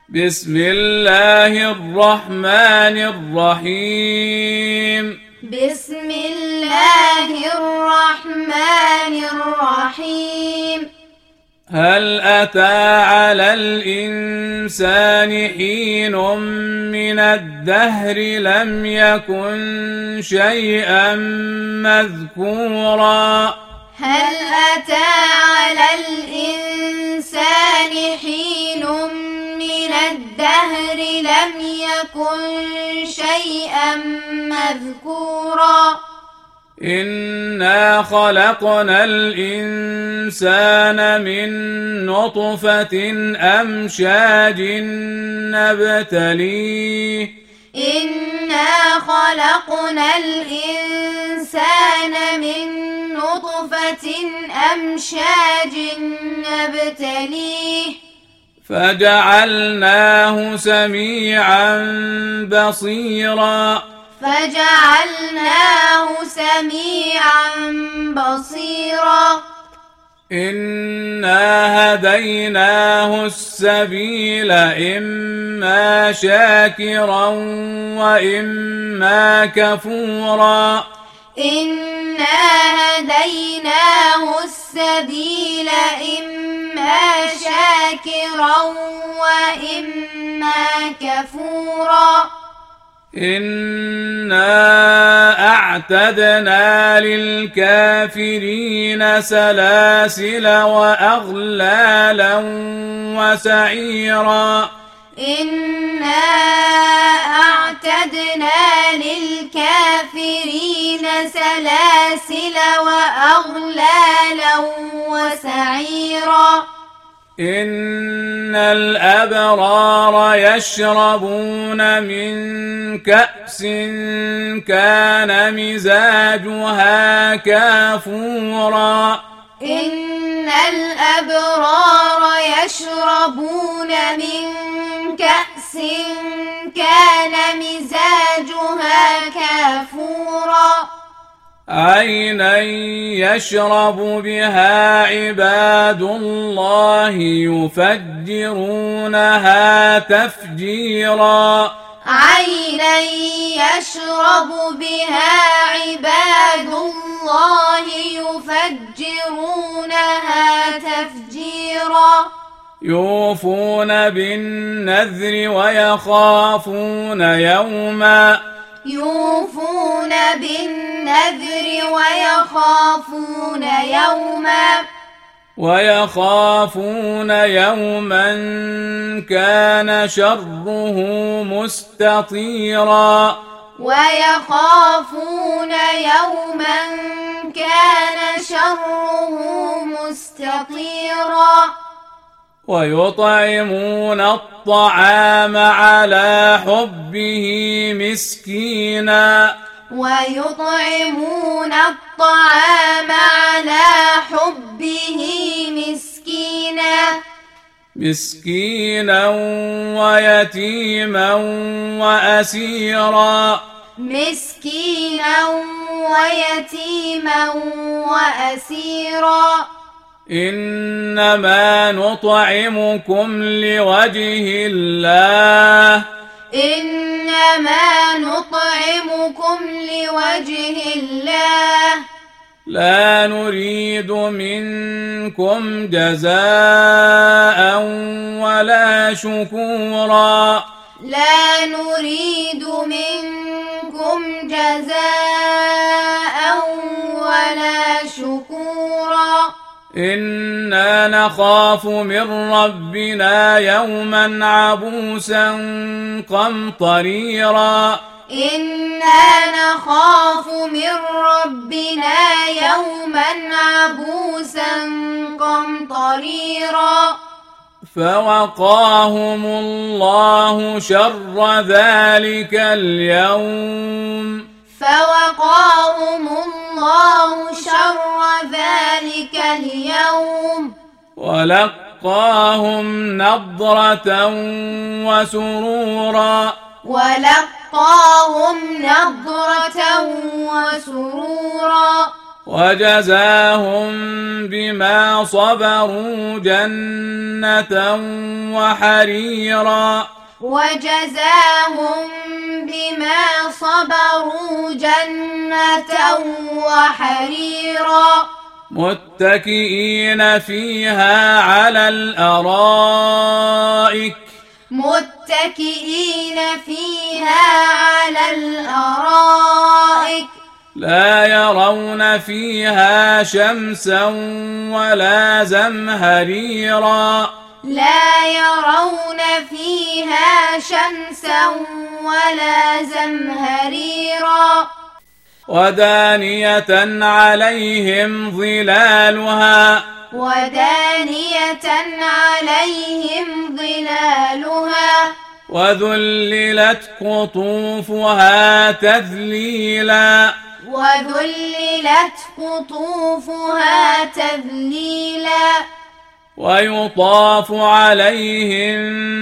بسم الله الرحمن الرحيم. بسم الله الرحمن الرحيم. هل أتى على الإنسان حين من الدهر لم يكن شيئا مذكورا. هل أتى على الإنسان حين من الدهر لم يكن شيئا مذكورا. إنا خلقنا الإنسان من نطفة أمشاج نبتليه. إنا خلقنا الإنسان من نطفة أمشاج نبتليه فجعلناه سميعا بصيرا. فجعلناه سميعا بصيرا. إنا هديناه السبيل إما شاكرا وإما كفورا. إنا هديناه السبيل إما شاكرا وإما كفورا. إنا أعتدنا للكافرين سلاسل وأغلالا وسعيرا. إنا أعتدنا للكافرين سلاسل وأغلالا وسعيرا. إن الأبرار يشربون من كأس كان مزاجها كافورا. إن الأبرار يشربون من كأس كان مزاجها كافورا. عينا يشرب بها عباد الله يفجرونها تفجيرا. عينا يشرب بها عباد الله يفجرونها تفجيرا. يوفون بالنذر ويخافون يوما. يوفون بالنذر ويخافون يوما كان شره مستطيرا. ويخافون يوما كان شره مستطيرا. ويطعمون الطعام على حبه مسكينا. ويطعمون الطعام على حبه مسكينا ويتيما وأسيرا. مسكينا ويتيما وأسيرا. إنما نطعمكم لوجه الله. إنما نطعمكم لوجه الله. لا نريد منكم جزاء ولا شكورا. لا نريد منكم جزاء ولا شكورا. إنا نخاف من ربنا يوما عبوسا قمطريرا. إنا نخاف من ربنا يوما عبوسا قمطريرا. فوقاهم الله شر ذلك اليوم. فوقاهم الله شر ذلك اليوم. ولقاهم نضرة وسرورا. ولقاهم نضرة وسرورا. وجزاهم بما صبروا جنة وحريرا وجزاهم بما صبروا جنة وحريرا متكئين فيها على الأرائك متكئين فيها على الأرائك لا يرون فيها شمسا ولا زمهريرا لا يرون فيها شمسا ولا زمهريرا ودانية عليهم ظلالها ودانية عليهم ظلالها وذللت قطوفها تذليلا وذللت قطوفها تذليلا ويطاف عليهم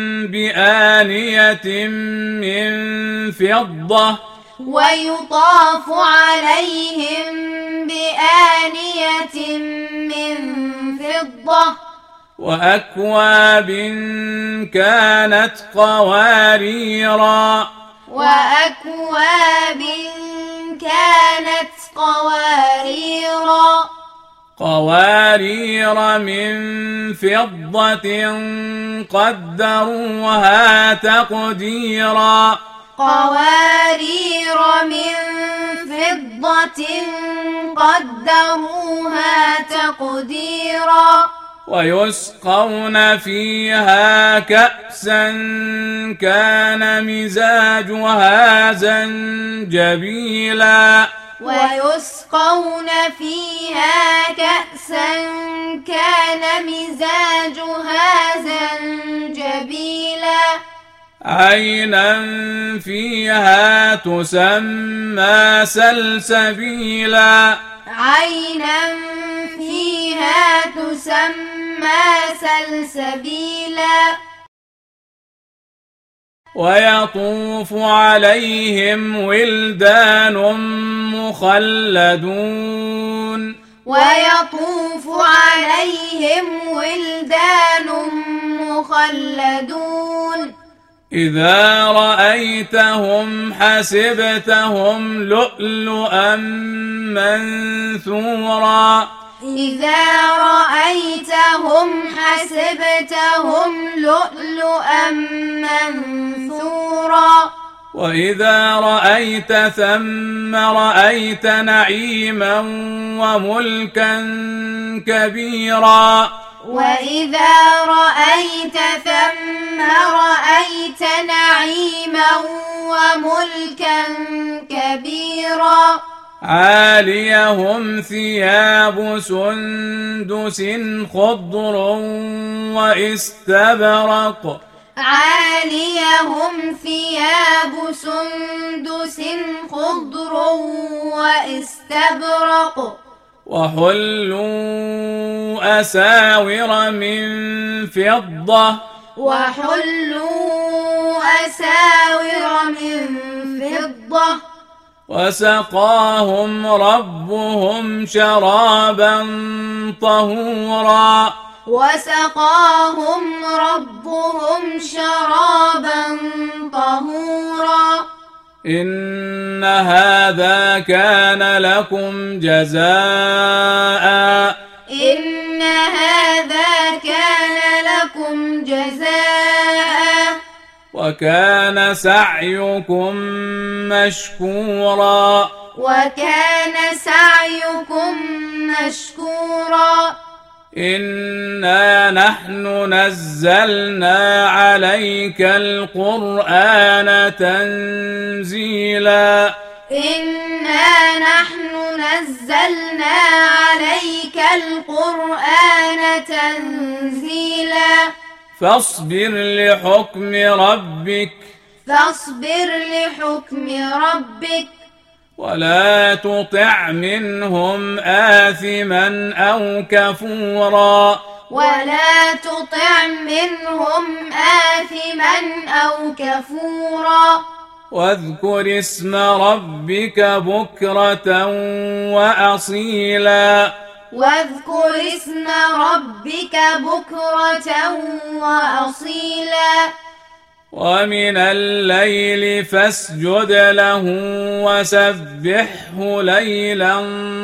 بآنية من فضة ويطاف عليهم بآنية من فضة وأكواب كانت قواريرا وأكواب كانت قواريرا من فضة قدروها تقديرا قوارير من فضة قدروها تقديرا ويسقون فيها كأسا كان مزاجها زنجبيلا ويسقون فيها كأسا كان مزاجها زنجبيلا عينا فيها تسمى سلسبيلا عينا فيها تسمى سلسبيلا ويطوف عليهم ولدان مخلدون ويطوف عليهم ولدان مخلدون إذا رأيتهم حسبتهم لؤلؤا منثورا إذا رأيتهم حسبتهم لؤلؤا منثورا وإذا رأيت ثم رأيت نعيما وملكا كبيرا وإذا رأيت ثم رأيت نعيما وملكا كبيرا عاليهم ثياب سندس خضر واستبرق عاليهم ثياب سندس خضر واستبرق وحلوا أساور من فضة وحلوا أساور من فضة وسقاهم ربهم شرابا طهورا وسقاهم ربهم شرابا طهورا إن هذا كان لكم جزاء إن هذا كان لكم جزاء وكان سعيكم مشكورا وكان سعيكم مشكورا إنا نحن نزلنا عليك القرآن تنزيلا إنا نحن نزلنا عليك القرآن تنزيلا فاصبر لحكم ربك فاصبر لحكم ربك ولا تطع منهم آثما أو كفورا ولا تطع منهم آثما أو كفورا واذكر اسم ربك بكرة وأصيلا واذكر اسم ربك بكرة وأصيلا ومن الليل فاسجد له وسبحه ليلا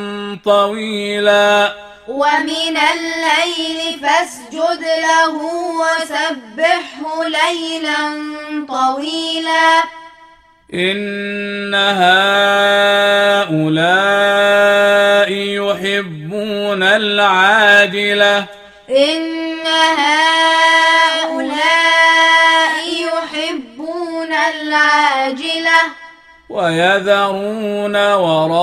طويلا ومن الليل فاسجد له وسبحه ليلا طويلا إن هؤلاء يحبون العاجلة إن هؤلاء يحبون العاجلة ويذرون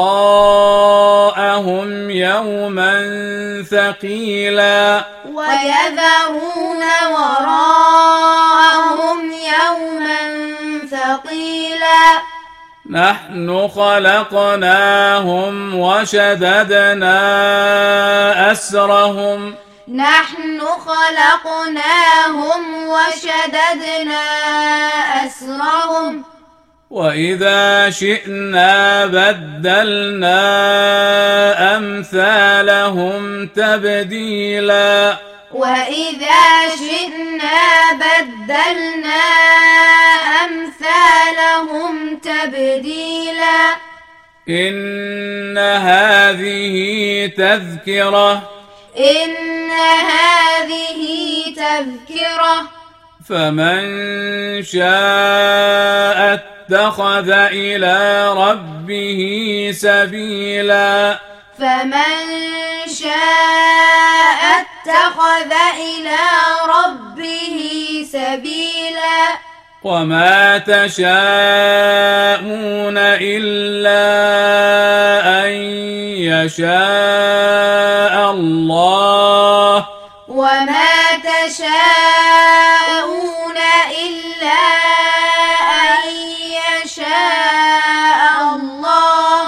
وراءهم يوما ثقيلا ويذرون وراءهم يوما ثقيلا نحن خلقناهم وشددنا أسرهم نحن خلقناهم وشددنا أسرهم وإذا شئنا بدلنا أمثالهم تبديلا وإذا شئنا بدلنا أمثالهم تبديلا إن هذه تذكرة إن هذه تذكرة فمن شاء اتخذ إلى ربه سبيلا فمن شاء اتخذ إلى ربه سبيلا وما تشاءون إلا أن يشاء الله وما تشاءون إلا أن يشاء الله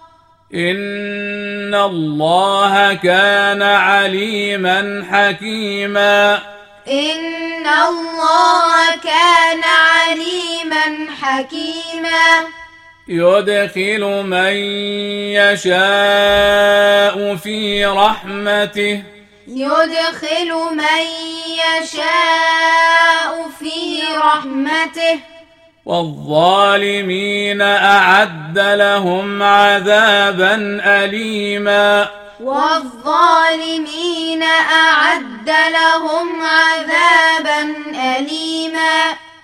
إن الله كان عليما حكيما إن الله كان عليما حكيما يدخل من يشاء في رحمته يدخل من يشاء في رحمته والظالمين أعد لهم عذابا أليما والظالمين أعد لهم عذابا أليما